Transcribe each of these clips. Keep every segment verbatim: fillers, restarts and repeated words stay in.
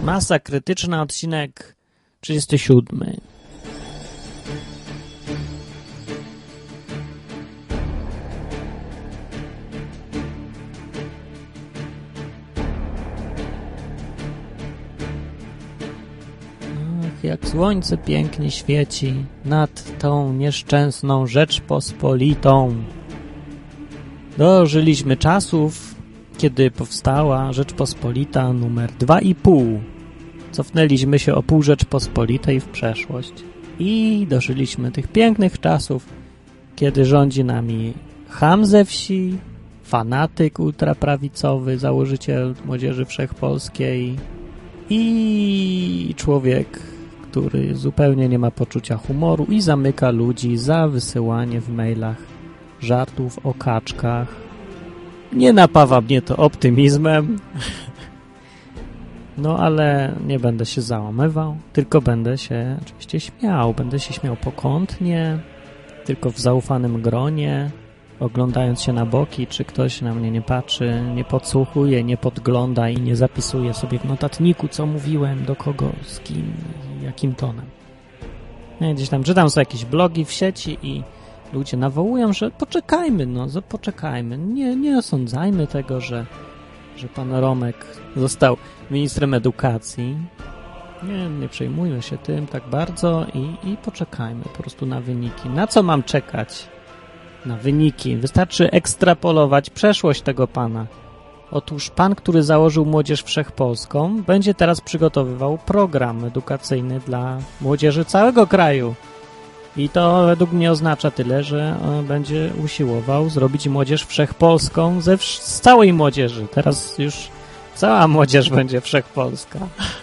Masa krytyczna, odcinek trzydziesty siódmy. Ach, jak słońce pięknie świeci nad tą nieszczęsną Rzeczpospolitą. Dożyliśmy czasów, kiedy powstała Rzeczpospolita numer dwa i pół. Cofnęliśmy się o pół Rzeczpospolitej w przeszłość i dożyliśmy tych pięknych czasów, kiedy rządzi nami cham ze wsi, fanatyk ultraprawicowy, założyciel Młodzieży Wszechpolskiej i człowiek, który zupełnie nie ma poczucia humoru i zamyka ludzi za wysyłanie w mailach żartów o kaczkach. Nie napawa mnie to optymizmem, no ale nie będę się załamywał, tylko będę się oczywiście śmiał. Będę się śmiał pokątnie, tylko w zaufanym gronie, oglądając się na boki, czy ktoś na mnie nie patrzy, nie podsłuchuje, nie podgląda i nie zapisuje sobie w notatniku, co mówiłem, do kogo, z kim, jakim tonem. Ja gdzieś tam czytam sobie jakieś blogi w sieci i ludzie nawołują, że poczekajmy, no, poczekajmy. Nie, nie osądzajmy tego, że, że pan Romek został ministrem edukacji. Nie, nie przejmujmy się tym tak bardzo i, i poczekajmy po prostu na wyniki. Na co mam czekać? Na wyniki. Wystarczy ekstrapolować przeszłość tego pana. Otóż pan, który założył Młodzież Wszechpolską, będzie teraz przygotowywał program edukacyjny dla młodzieży całego kraju. I to według mnie oznacza tyle, że będzie usiłował zrobić Młodzież Wszechpolską ze wsz- z całej młodzieży. Teraz już cała młodzież będzie wszechpolska.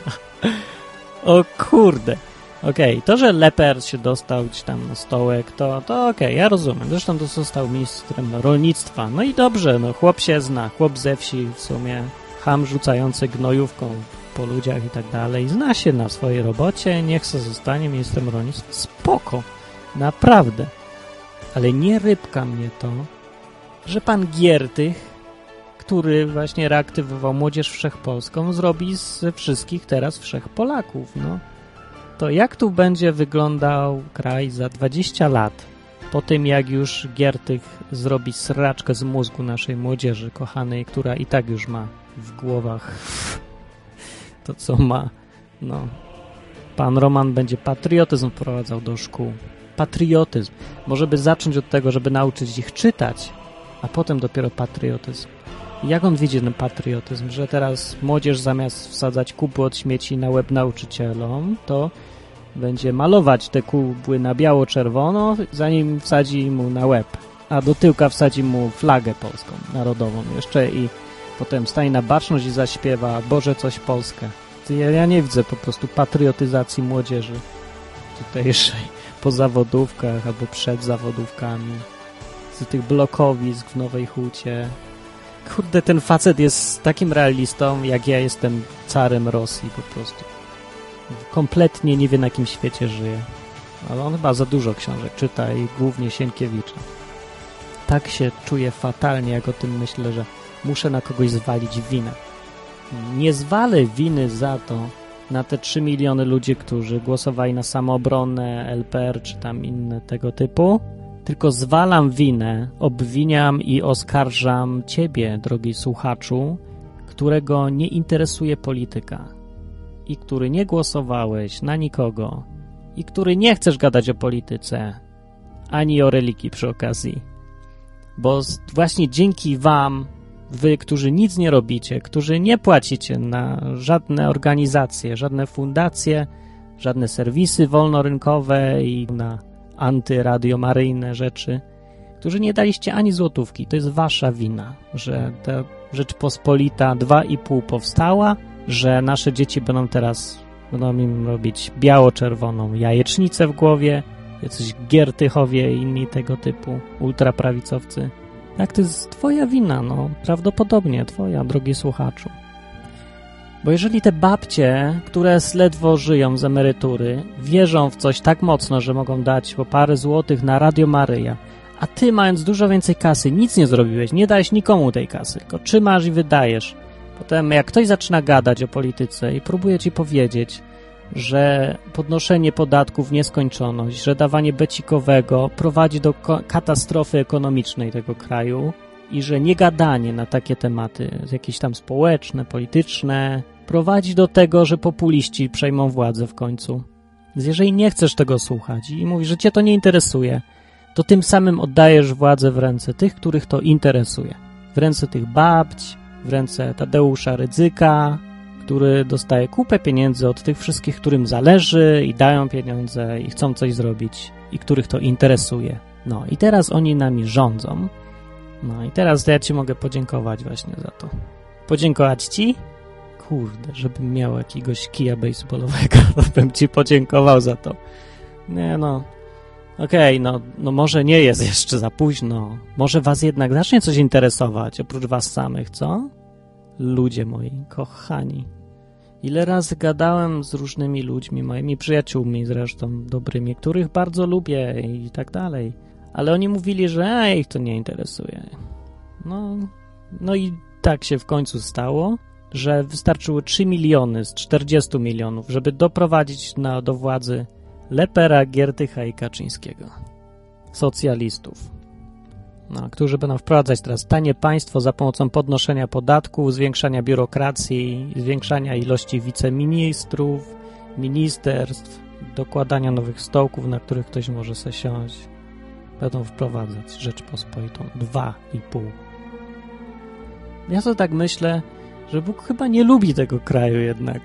O kurde. Okej, okay. To, że Leper się dostał gdzieś tam na stołek, to, to okej, okay, ja rozumiem. Zresztą to został ministrem rolnictwa. No i dobrze, no chłop się zna, chłop ze wsi w sumie, cham rzucający gnojówką po ludziach i tak dalej. Zna się na swojej robocie, niech se zostanie ministrem rolnictwa. Spoko. Naprawdę. Ale nie rybka mnie to, że pan Giertych, który właśnie reaktywował Młodzież Wszechpolską, zrobi ze wszystkich teraz Wszechpolaków. No. To jak tu będzie wyglądał kraj za dwadzieścia lat, po tym jak już Giertych zrobi sraczkę z mózgu naszej młodzieży kochanej, która i tak już ma w głowach to, co ma. No. Pan Roman będzie patriotyzm wprowadzał do szkół. Patriotyzm. Może by zacząć od tego, żeby nauczyć ich czytać, a potem dopiero patriotyzm. Jak on widzi ten patriotyzm? Że teraz młodzież zamiast wsadzać kubły od śmieci na łeb nauczycielom, to będzie malować te kubły na biało-czerwono, zanim wsadzi mu na łeb, a do tyłka wsadzi mu flagę polską, narodową jeszcze i potem stanie na baczność i zaśpiewa Boże coś Polskę. Ja, ja nie widzę po prostu patriotyzacji młodzieży tutejszej. Po zawodówkach albo przed zawodówkami, z tych blokowisk w Nowej Hucie. Kurde, ten facet jest takim realistą, jak ja jestem carem Rosji po prostu. Kompletnie nie wie, na jakim świecie żyje. Ale on chyba za dużo książek czyta i głównie Sienkiewicza. Tak się czuję fatalnie, jak o tym myślę, że muszę na kogoś zwalić winę. Nie zwalę winy za to na te trzy miliony ludzi, którzy głosowali na Samoobronę, L P R czy tam inne tego typu, tylko zwalam winę, obwiniam i oskarżam ciebie, drogi słuchaczu, którego nie interesuje polityka i który nie głosowałeś na nikogo i który nie chcesz gadać o polityce ani o religii przy okazji, bo właśnie dzięki wam, wy, którzy nic nie robicie, którzy nie płacicie na żadne organizacje, żadne fundacje, żadne serwisy wolnorynkowe i na antyradiomaryjne rzeczy, którzy nie daliście ani złotówki. To jest wasza wina, że ta Rzeczpospolita dwa i pół powstała, że nasze dzieci będą teraz, będą im robić biało-czerwoną jajecznicę w głowie, jacyś Giertychowie i inni tego typu ultraprawicowcy. Tak, to jest twoja wina, no. Prawdopodobnie twoja, drogi słuchaczu. Bo jeżeli te babcie, które ledwo żyją z emerytury, wierzą w coś tak mocno, że mogą dać po parę złotych na Radio Maryja, a ty, mając dużo więcej kasy, nic nie zrobiłeś, nie dałeś nikomu tej kasy, tylko trzymasz i wydajesz Potem jak ktoś zaczyna gadać o polityce i próbuje ci powiedzieć, że podnoszenie podatków w nieskończoność, że dawanie becikowego prowadzi do ko- katastrofy ekonomicznej tego kraju i że niegadanie na takie tematy, jakieś tam społeczne, polityczne, prowadzi do tego, że populiści przejmą władzę w końcu. Więc jeżeli nie chcesz tego słuchać i mówisz, że cię to nie interesuje, to tym samym oddajesz władzę w ręce tych, których to interesuje. W ręce tych babć, w ręce Tadeusza Rydzyka, który dostaje kupę pieniędzy od tych wszystkich, którym zależy i dają pieniądze i chcą coś zrobić i których to interesuje. No i teraz oni nami rządzą. No i teraz ja ci mogę podziękować właśnie za to. Podziękować ci? Kurde, żebym miał jakiegoś kija baseballowego, to bym ci podziękował za to. Nie no, okej, okay, no, no może nie jest jeszcze za późno. Może was jednak zacznie coś interesować, oprócz was samych, co? Ludzie moi, kochani. Ile razy gadałem z różnymi ludźmi, moimi przyjaciółmi zresztą dobrymi, których bardzo lubię i tak dalej. Ale oni mówili, że ich to nie interesuje. No, no i tak się w końcu stało, że wystarczyły trzy miliony z czterdziestu milionów, żeby doprowadzić na, do władzy Lepera, Giertycha i Kaczyńskiego. Socjalistów. No, którzy będą wprowadzać teraz tanie państwo za pomocą podnoszenia podatków, zwiększania biurokracji, zwiększania ilości wiceministrów, ministerstw, dokładania nowych stołków, na których ktoś może sobie siąść. Będą wprowadzać Rzeczpospolitą dwa i pół. Ja to tak myślę, że Bóg chyba nie lubi tego kraju jednak.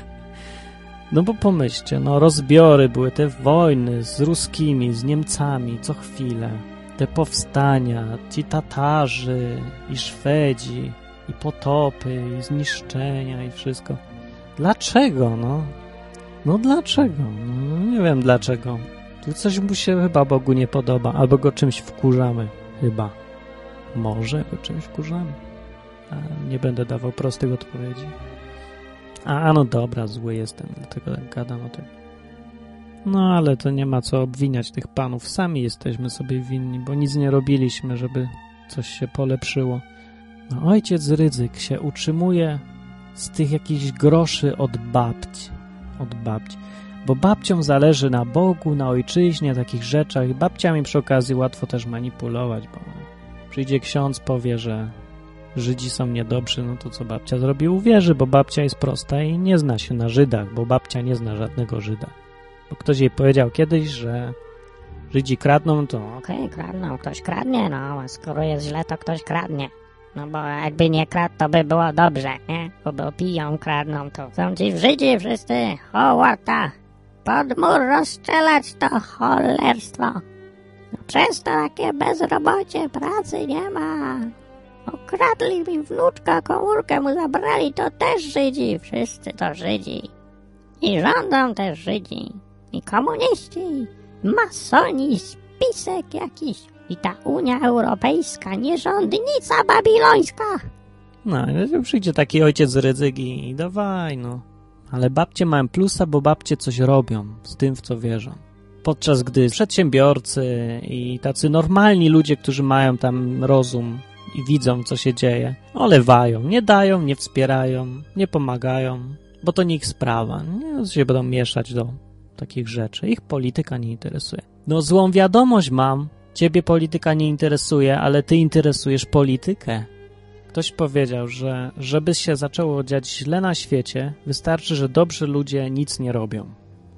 No bo pomyślcie, no rozbiory były, te wojny z Ruskimi, z Niemcami co chwilę. Te powstania, ci Tatarzy i Szwedzi i potopy i zniszczenia i wszystko. Dlaczego, no? No dlaczego? No, nie wiem dlaczego. Tu coś mu się chyba Bogu nie podoba, albo go czymś wkurzamy. Chyba. Może go czymś wkurzamy. A nie będę dawał prostych odpowiedzi. A, no dobra, zły jestem, dlatego tak gadam o tym. No, ale to nie ma co obwiniać tych panów. Sami jesteśmy sobie winni, bo nic nie robiliśmy, żeby coś się polepszyło. No, ojciec Rydzyk się utrzymuje z tych jakichś groszy od babci. Od babci. Bo babciom zależy na Bogu, na ojczyźnie, takich rzeczach. I babciami przy okazji łatwo też manipulować, bo przyjdzie ksiądz, powie, że Żydzi są niedobrzy, no to co babcia zrobi? Uwierzy, bo babcia jest prosta i nie zna się na Żydach, bo babcia nie zna żadnego Żyda. Bo ktoś jej powiedział kiedyś, że Żydzi kradną, to okej, okay, kradną, ktoś kradnie, no, a skoro jest źle, to ktoś kradnie. No bo jakby nie kradł, to by było dobrze, nie? Bo piją, kradną, to są ci Żydzi wszyscy, hołota, pod mur rozstrzelać to cholerstwo. No przez to takie bezrobocie, pracy nie ma. Okradli mi wnuczka, komórkę mu zabrali, to też Żydzi, wszyscy to Żydzi. I rządzą też Żydzi. I komuniści, masoni, spisek jakiś. I ta Unia Europejska, nierządnica babilońska. No, i przyjdzie taki ojciec Rydzyk i, i dawaj, no. Ale babcie mają plusa, bo babcie coś robią z tym, w co wierzą. Podczas gdy przedsiębiorcy i tacy normalni ludzie, którzy mają tam rozum i widzą, co się dzieje, olewają, nie dają, nie wspierają, nie pomagają, bo to nie ich sprawa. Nie się będą mieszać do takich rzeczy. Ich polityka nie interesuje. No złą wiadomość mam. Ciebie polityka nie interesuje, ale ty interesujesz politykę. Ktoś powiedział, że żeby się zaczęło dziać źle na świecie, wystarczy, że dobrzy ludzie nic nie robią.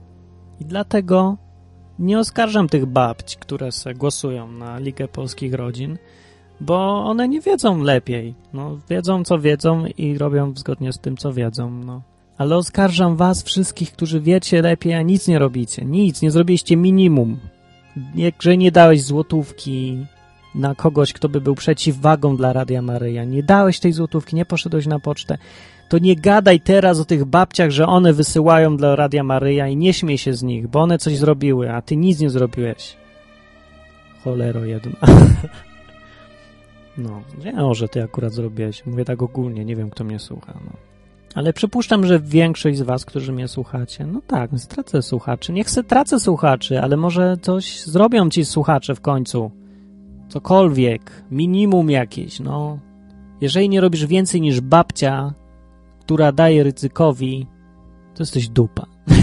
I dlatego nie oskarżam tych babć, które se głosują na Ligę Polskich Rodzin, bo one nie wiedzą lepiej. No, wiedzą, co wiedzą i robią zgodnie z tym, co wiedzą. No. Ale oskarżam was wszystkich, którzy wiecie lepiej, a nic nie robicie. Nic, nie zrobiliście minimum. Jakże nie dałeś złotówki na kogoś, kto by był przeciwwagą dla Radia Maryja, nie dałeś tej złotówki, nie poszedłeś na pocztę, to nie gadaj teraz o tych babciach, że one wysyłają dla Radia Maryja i nie śmiej się z nich, bo one coś zrobiły, a ty nic nie zrobiłeś. Cholero jedna. No, nie może ty akurat zrobiłeś. Mówię tak ogólnie, nie wiem, kto mnie słucha. No. Ale przypuszczam, że większość z was, którzy mnie słuchacie, no tak, stracę słuchaczy. Niech se tracę słuchaczy, ale może coś zrobią ci słuchacze w końcu. Cokolwiek, minimum jakieś, no. Jeżeli nie robisz więcej niż babcia, która daje Rydzykowi, to jesteś dupa.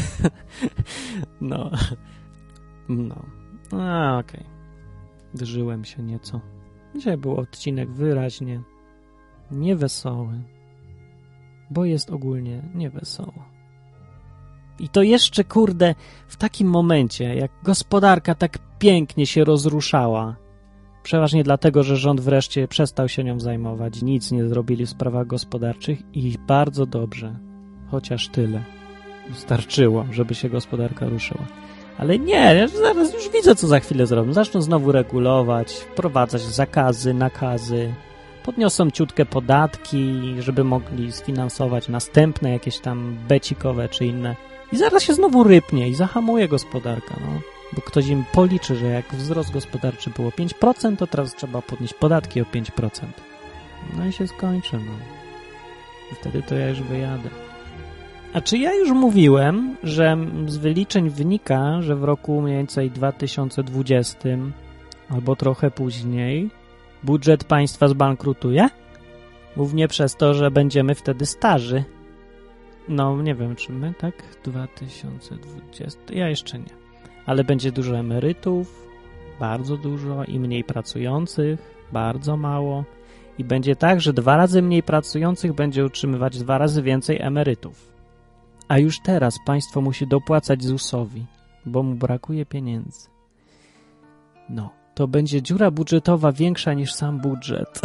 no. No. A, okej. Okay. Wyżyłem się nieco. Dzisiaj był odcinek wyraźnie niewesoły, bo jest ogólnie niewesoło. I to jeszcze, kurde, w takim momencie, jak gospodarka tak pięknie się rozruszała, przeważnie dlatego, że rząd wreszcie przestał się nią zajmować, nic nie zrobili w sprawach gospodarczych i bardzo dobrze, chociaż tyle wystarczyło, żeby się gospodarka ruszyła. Ale nie, ja zaraz już widzę, co za chwilę zrobią. Zaczną znowu regulować, wprowadzać zakazy, nakazy, podniosą ciutkę podatki, żeby mogli sfinansować następne jakieś tam becikowe czy inne. I zaraz się znowu rypnie i zahamuje gospodarka, no. Bo ktoś im policzy, że jak wzrost gospodarczy było pięć procent, to teraz trzeba podnieść podatki o pięć procent. No i się skończy, no. I wtedy to ja już wyjadę. A czy ja już mówiłem, że z wyliczeń wynika, że w roku mniej więcej dwa tysiące dwudziestym albo trochę później budżet państwa zbankrutuje? Głównie przez to, że będziemy wtedy starzy. No, nie wiem, czy my, tak? dwa tysiące dwudziesty. Ja jeszcze nie. Ale będzie dużo emerytów, bardzo dużo, i mniej pracujących, bardzo mało. I będzie tak, że dwa razy mniej pracujących będzie utrzymywać dwa razy więcej emerytów. A już teraz państwo musi dopłacać zusowi, bo mu brakuje pieniędzy. No, to będzie dziura budżetowa większa niż sam budżet.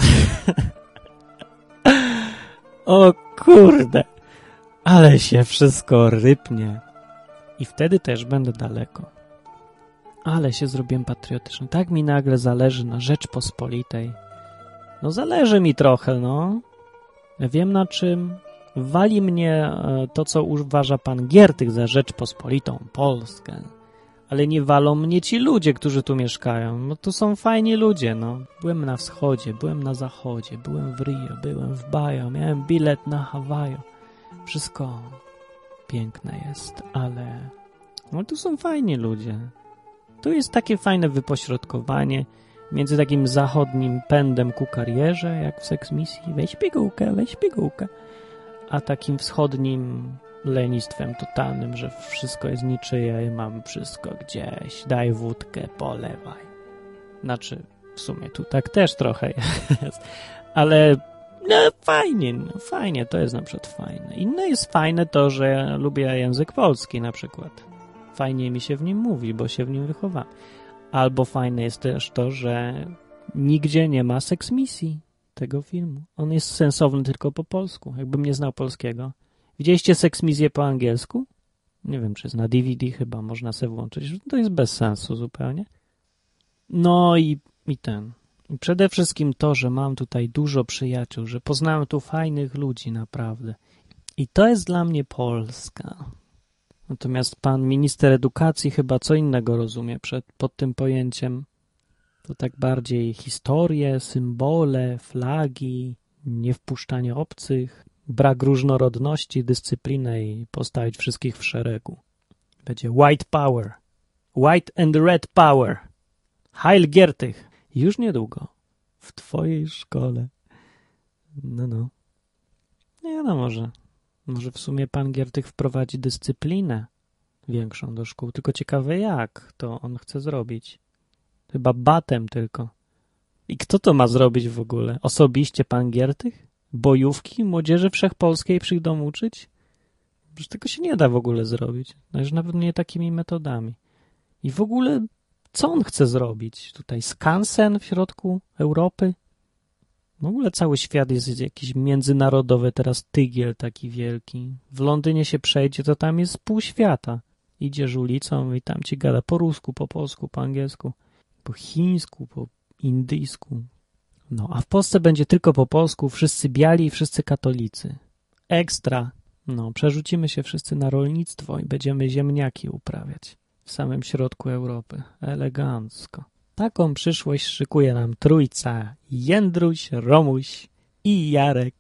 O kurde, ale się wszystko rypnie. I wtedy też będę daleko. Ale się zrobiłem patriotyczny. Tak mi nagle zależy na Rzeczpospolitej. No zależy mi trochę, no. Wiem na czym. Wali mnie to, co uważa pan Giertych za Rzeczpospolitą Polskę. Ale nie walą mnie ci ludzie, którzy tu mieszkają. No to są fajni ludzie, no. Byłem na wschodzie, byłem na zachodzie, byłem w Rio, byłem w Bajo, miałem bilet na Hawaju. Wszystko piękne jest, ale no tu są fajni ludzie. Tu jest takie fajne wypośrodkowanie między takim zachodnim pędem ku karierze, jak w Sex Misji, weź pigułkę, weź pigułkę, a takim wschodnim lenistwem totalnym, że wszystko jest niczyje, mam wszystko gdzieś, daj wódkę, polewaj. Znaczy, w sumie tu tak też trochę jest, ale no fajnie, no fajnie, to jest na przykład fajne. Inne jest fajne to, że ja lubię język polski na przykład. Fajnie mi się w nim mówi, bo się w nim wychowam. Albo fajne jest też to, że nigdzie nie ma Sex Misji tego filmu. On jest sensowny tylko po polsku, jakbym nie znał polskiego. Widzieliście Sex Misję po angielsku? Nie wiem, czy jest na D V D, chyba można sobie włączyć. To jest bez sensu zupełnie. No i, i ten. I przede wszystkim to, że mam tutaj dużo przyjaciół, że poznałem tu fajnych ludzi naprawdę. I to jest dla mnie Polska. Natomiast pan minister edukacji chyba co innego rozumie przed, pod tym pojęciem. To tak bardziej historie, symbole, flagi, niewpuszczanie obcych, brak różnorodności, dyscyplinę i postawić wszystkich w szeregu. Będzie white power. White and red power. Heil Giertych. Już niedługo. W twojej szkole. No, no. Nie no, może. Może w sumie pan Giertych wprowadzi dyscyplinę większą do szkół. Tylko ciekawe jak to on chce zrobić. Chyba batem tylko. I kto to ma zrobić w ogóle? Osobiście pan Giertych? Bojówki młodzieży wszechpolskiej przyjdą uczyć? Przecież tego się nie da w ogóle zrobić. No już nawet nie takimi metodami. I w ogóle co on chce zrobić? Tutaj skansen w środku Europy? W ogóle cały świat jest jakiś międzynarodowy, teraz tygiel taki wielki. W Londynie się przejdzie, to tam jest pół świata. Idziesz ulicą i tam ci gada po rusku, po polsku, po angielsku, po chińsku, po indyjsku. No, a w Polsce będzie tylko po polsku, wszyscy biali i wszyscy katolicy. Ekstra. No, przerzucimy się wszyscy na rolnictwo i będziemy ziemniaki uprawiać w samym środku Europy. Elegancko. Taką przyszłość szykuje nam trójca: Jędruś, Romuś i Jarek.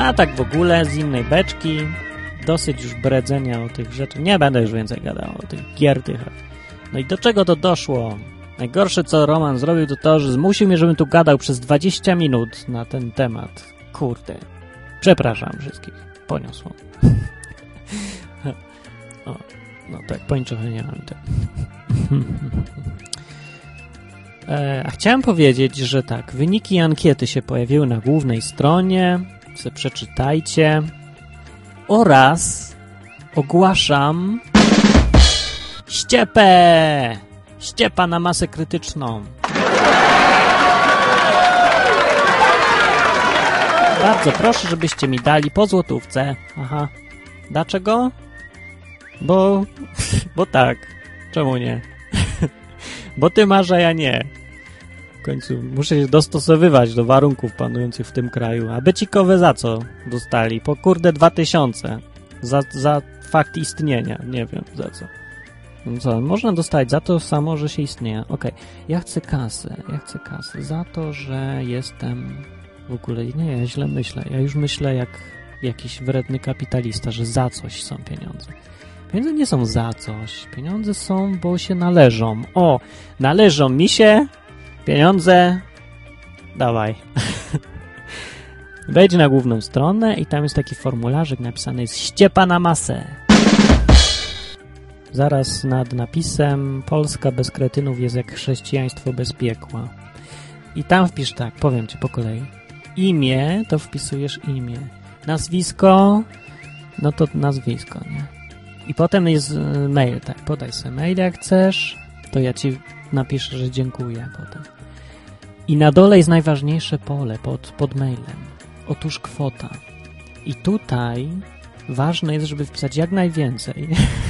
A tak w ogóle z innej beczki, dosyć już bredzenia o tych rzeczach. Nie będę już więcej gadał o tych gierdychach. No i do czego to doszło? Najgorsze, co Roman zrobił, to to, że zmusił mnie, żebym tu gadał przez dwadzieścia minut na ten temat. Kurde. Przepraszam wszystkich. Poniosło. O, no tak, pończochę nie mam. Tak. e, a chciałem powiedzieć, że tak, wyniki ankiety się pojawiły na głównej stronie. Se przeczytajcie. Oraz ogłaszam ściepę! Ściepa na masę krytyczną. Bardzo proszę, żebyście mi dali po złotówce. Aha. Dlaczego? Bo... Bo tak. Czemu nie? Bo ty masz, a ja nie. W końcu muszę się dostosowywać do warunków panujących w tym kraju. A becikowe za co dostali? Po kurde dwa tysiące. Za, za fakt istnienia. Nie wiem za co. No co, można dostać za to samo, że się istnieje. Okej, okay. Ja chcę kasę. Ja chcę kasę. Za to, że jestem... W ogóle nie, ja źle myślę. Ja już myślę jak jakiś wredny kapitalista, że za coś są pieniądze. Pieniądze nie są za coś. Pieniądze są, bo się należą. O, należą mi się pieniądze. Dawaj. Wejdź na główną stronę i tam jest taki formularzyk napisany jest ściepa na masę. Zaraz nad napisem Polska bez kretynów jest jak chrześcijaństwo bez piekła. I tam wpisz tak, powiem ci po kolei. Imię, to wpisujesz imię. Nazwisko, no to nazwisko, nie? I potem jest mail, tak, podaj sobie mail jak chcesz, to ja ci napiszę, że dziękuję potem. I na dole jest najważniejsze pole pod, pod mailem. Otóż kwota. I tutaj ważne jest, żeby wpisać jak najwięcej.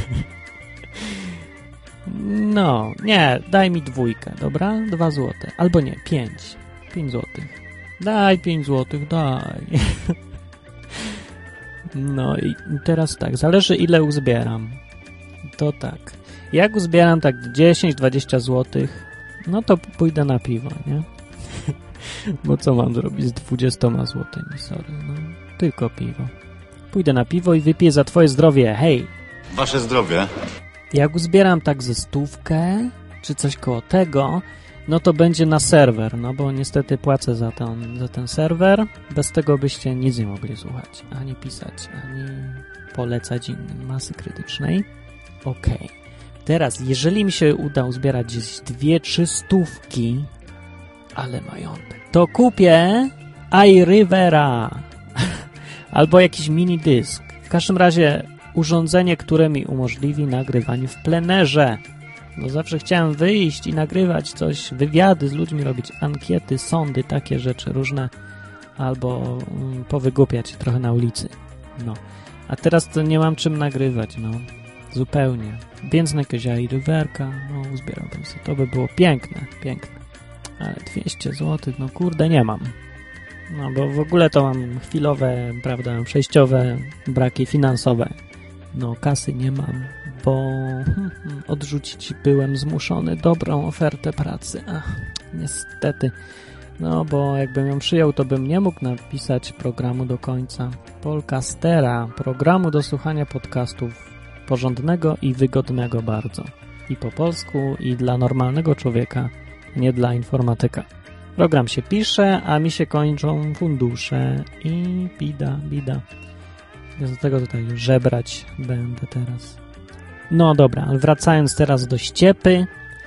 No, nie, daj mi dwójkę, dobra? Dwa złote. Albo nie, pięć. Pięć złotych. Daj pięć złotych, daj. No i teraz tak, zależy ile uzbieram. To tak. Jak uzbieram tak dziesięć dwadzieścia złotych, no to pójdę na piwo, nie? Bo co mam zrobić z dwudziestoma złotymi, sorry, no. Tylko piwo. Pójdę na piwo i wypiję za twoje zdrowie, hej! Wasze zdrowie. Jak uzbieram tak ze stówkę, czy coś koło tego, no to będzie na serwer, no bo niestety płacę za ten, za ten serwer. Bez tego byście nic nie mogli słuchać, ani pisać, ani polecać innym masy krytycznej. Okej. Okay. Teraz, jeżeli mi się uda uzbierać gdzieś dwie, trzy stówki, ale majątek, to kupię iRivera albo jakiś mini dysk. W każdym razie urządzenie, które mi umożliwi nagrywanie w plenerze. Bo zawsze chciałem wyjść i nagrywać coś, wywiady z ludźmi, robić ankiety, sądy, takie rzeczy różne, albo mm, powygłupiać trochę na ulicy. No. A teraz to nie mam czym nagrywać, no. Zupełnie. Więc na jakiegoś iRiverka, no, uzbierałbym sobie. To by było piękne, piękne. Ale dwieście złotych, no kurde, nie mam. No, bo w ogóle to mam chwilowe, prawda, przejściowe braki finansowe. No, kasy nie mam, bo hmm, odrzucić byłem zmuszony dobrą ofertę pracy. Ach, niestety. No, bo jakbym ją przyjął, to bym nie mógł napisać programu do końca. Polcastera, programu do słuchania podcastów porządnego i wygodnego bardzo. I po polsku, i dla normalnego człowieka, nie dla informatyka. Program się pisze, a mi się kończą fundusze i bida, bida. Z tego tutaj żebrać będę teraz. No dobra, ale wracając teraz do ściepy.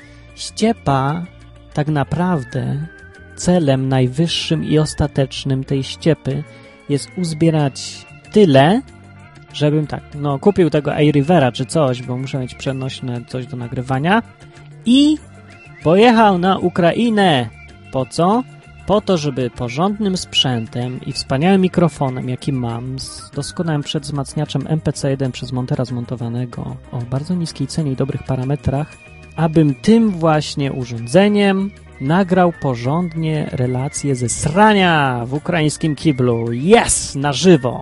Ściepa tak naprawdę celem najwyższym i ostatecznym tej ściepy jest uzbierać tyle, żebym tak, no kupił tego iRivera czy coś, bo muszę mieć przenośne coś do nagrywania i pojechał na Ukrainę. Po co? Po to, żeby porządnym sprzętem i wspaniałym mikrofonem, jaki mam, z doskonałym przedwzmacniaczem M P C jeden przez Montera zmontowanego o bardzo niskiej cenie i dobrych parametrach, abym tym właśnie urządzeniem nagrał porządnie relacje ze srania w ukraińskim kiblu. Yes! Na żywo!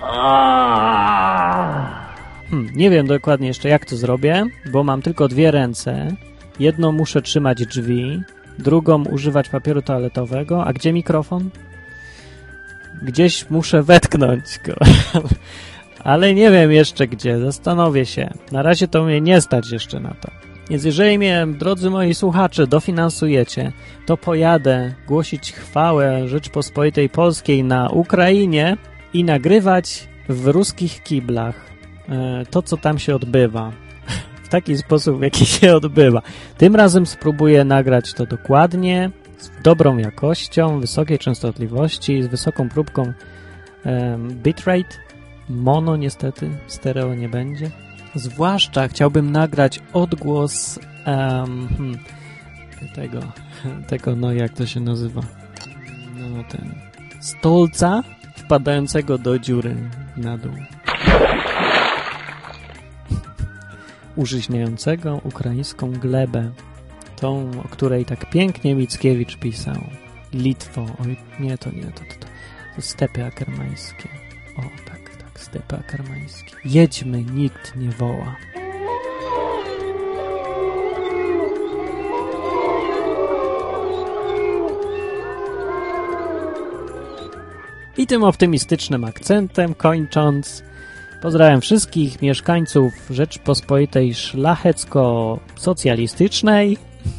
Hmm, nie wiem dokładnie jeszcze jak to zrobię, bo mam tylko dwie ręce. Jedną muszę trzymać drzwi, drugą używać papieru toaletowego. A gdzie mikrofon? Gdzieś muszę wetknąć go. Ale nie wiem jeszcze gdzie, zastanowię się. Na razie to mnie nie stać jeszcze na to. Więc jeżeli mnie, drodzy moi słuchacze, dofinansujecie, to pojadę głosić chwałę Rzeczpospolitej Polskiej na Ukrainie i nagrywać w ruskich kiblach e, to, co tam się odbywa. W taki sposób, w jaki się odbywa. Tym razem spróbuję nagrać to dokładnie, z dobrą jakością, wysokiej częstotliwości, z wysoką próbką e, bitrate. Mono niestety, stereo nie będzie. Zwłaszcza chciałbym nagrać odgłos um, hmm, tego, tego, no jak to się nazywa, no ten, stolca wpadającego do dziury na dół. Użyźniającego ukraińską glebę, tą, o której tak pięknie Mickiewicz pisał. Litwo, oj, nie, to nie, to, to, to, to stepy akermańskie. O, tak. Stepy akermańskie. Jedźmy, nikt nie woła. I tym optymistycznym akcentem kończąc, pozdrawiam wszystkich mieszkańców Rzeczpospolitej szlachecko-socjalistycznej,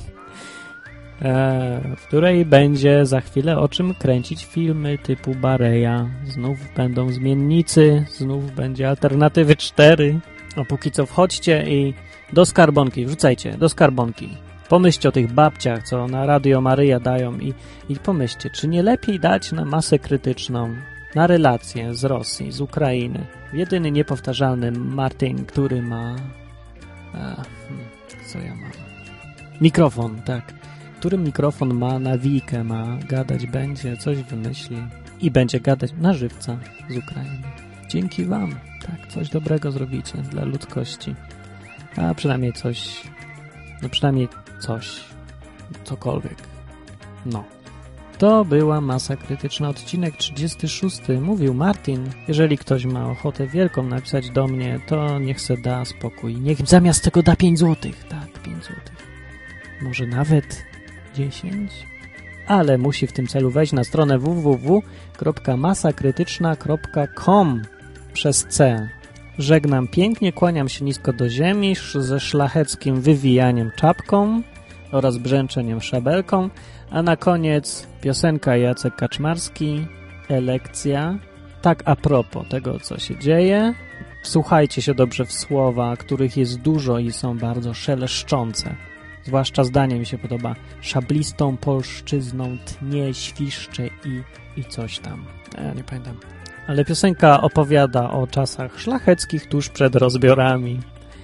w której będzie za chwilę o czym kręcić filmy typu Bareja. Znów będą zmiennicy, znów będzie Alternatywy cztery. A póki co wchodźcie i do skarbonki, wrzucajcie do skarbonki. Pomyślcie o tych babciach, co na Radio Maryja dają i, i pomyślcie, czy nie lepiej dać na masę krytyczną, na relacje z Rosji, z Ukrainy. Jedyny niepowtarzalny Martin, który ma... A, hmm, co ja mam? Mikrofon, tak. Którym mikrofon ma nawijkę, ma gadać będzie, coś wymyśli i będzie gadać na żywca z Ukrainy. Dzięki wam, tak, coś dobrego zrobicie dla ludzkości. A przynajmniej coś, no przynajmniej coś, cokolwiek. No. To była Masa Krytyczna, odcinek trzydziesty szósty. Mówił Martin. Jeżeli ktoś ma ochotę wielką napisać do mnie, to niech se da spokój. Niech zamiast tego da pięć złotych. Tak, pięć złotych. Może nawet dziesięć? Ale musi w tym celu wejść na stronę w w w kropka masa krytyczna kropka com przez C. Żegnam pięknie, kłaniam się nisko do ziemi ze szlacheckim wywijaniem czapką oraz brzęczeniem szabelką, a na koniec piosenka Jacek Kaczmarski, Elekcja. Tak a propos tego, co się dzieje. Wsłuchajcie się dobrze w słowa, których jest dużo i są bardzo szeleszczące. Zwłaszcza zdanie mi się podoba. Szablistą polszczyzną tnie, świszcze i, i coś tam. Ja nie pamiętam. Ale piosenka opowiada o czasach szlacheckich tuż przed rozbiorami.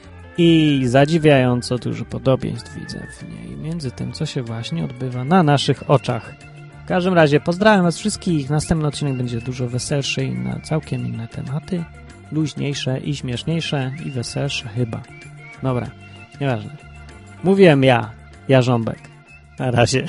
I zadziwiająco dużo podobieństw widzę w niej między tym, co się właśnie odbywa na naszych oczach. W każdym razie pozdrawiam was wszystkich. Następny odcinek będzie dużo weselszy i na całkiem inne tematy. Luźniejsze i śmieszniejsze i weselsze chyba. Dobra, nieważne. Mówiłem ja, Jarząbek. Na razie.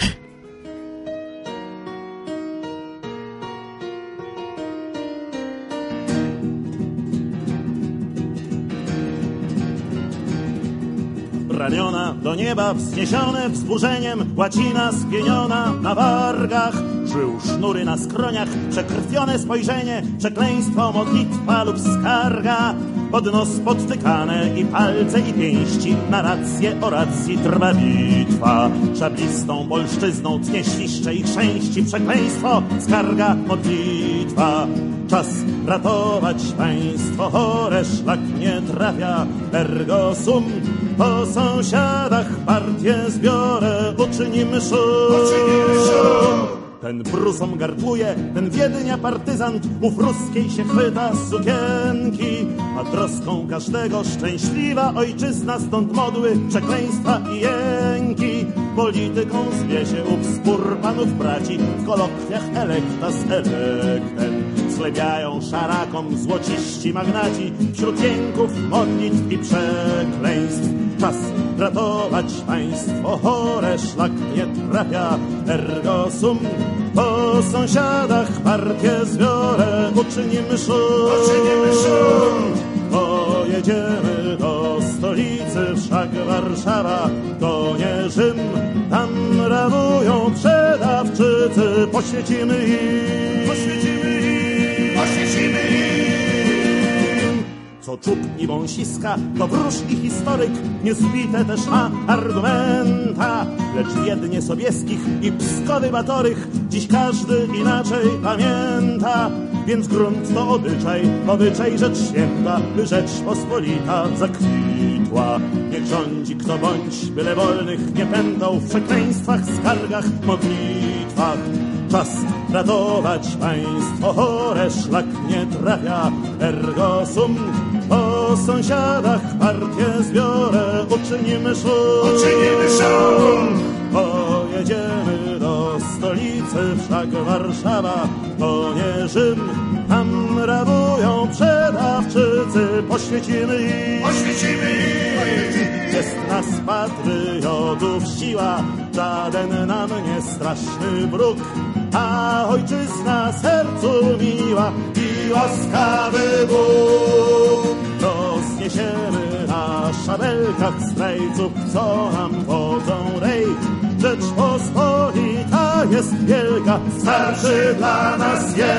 Ramiona do nieba wzniesione wzburzeniem, łacina spieniona na wargach, żył sznury na skroniach, przekrwione spojrzenie, przekleństwo, modlitwa lub skarga, pod nos podtykane i palce i pięści, na rację o racji trwa bitwa. Szablistą polszczyzną tnie, świszcze i trzęści, przekleństwo, skarga, modlitwa. Czas ratować państwo chore, szlak nie trafia, ergo sum. Po sąsiadach partię zbiorę, uczynimy szum. Ten brusom gardłuje, ten wiednia partyzant, ów ruskiej się chwyta z sukienki. A troską każdego szczęśliwa ojczyzna, stąd modły, przekleństwa i jęki. Polityką zwie się ów spór panów braci, w kolokwiach elekta z elektem. Schlebiają szarakom złociści magnaci, wśród jęków, modlitw i przekleństw. Czas ratować państwo chore, szlak nie trafia, ergo sum. Po sąsiadach partię zbiorę, uczynimy szum. Uczynimy szum. Pojedziemy do stolicy, wszak Warszawa to nie Rzym. Tam rabują przedawczycy, poświecimy im. Poświecimy im. co czub i wąsiska, to wróż i historyk niezbite też ma argumenta. Lecz jedynie sobieskich i pskowy batorych dziś każdy inaczej pamięta. Więc grunt to obyczaj, obyczaj rzecz święta, by Rzeczpospolita zakwitła. Niech rządzi kto bądź, byle wolnych nie pętał w przekleństwach, skargach, modlitwach. Czas ratować państwo chore, szlak nie trafia, ergo sum. Po sąsiadach partię zbiorę, uczynimy szum. Uczynimy szum. Pojedziemy do stolicy, wszak Warszawa to nie Rzym. Tam rabują przedawczycy, poświecimy ich. Poświecimy ich. Jest nas patriotów siła, żaden nam nie straszny wróg. A ojczyzna sercu miła i łaskawy Bóg. Rozniesiemy na szabelkach zdrajców, co nam wodzą rej. Rzeczpospolita jest wielka, starczy dla nas jej.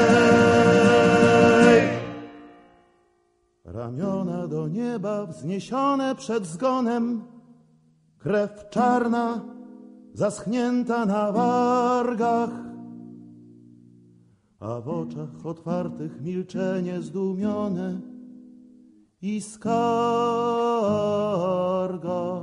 Ramiona do nieba wzniesione przed zgonem, krew czarna zaschnięta na wargach, a w oczach otwartych milczenie zdumione i skarga.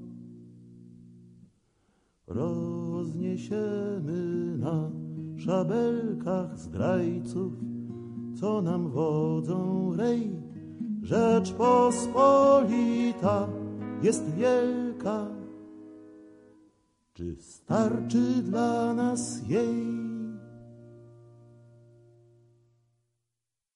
Rozniesiemy na szabelkach zdrajców, co nam wodzą rej. Rzeczpospolita jest wielka, czy starczy dla nas jej?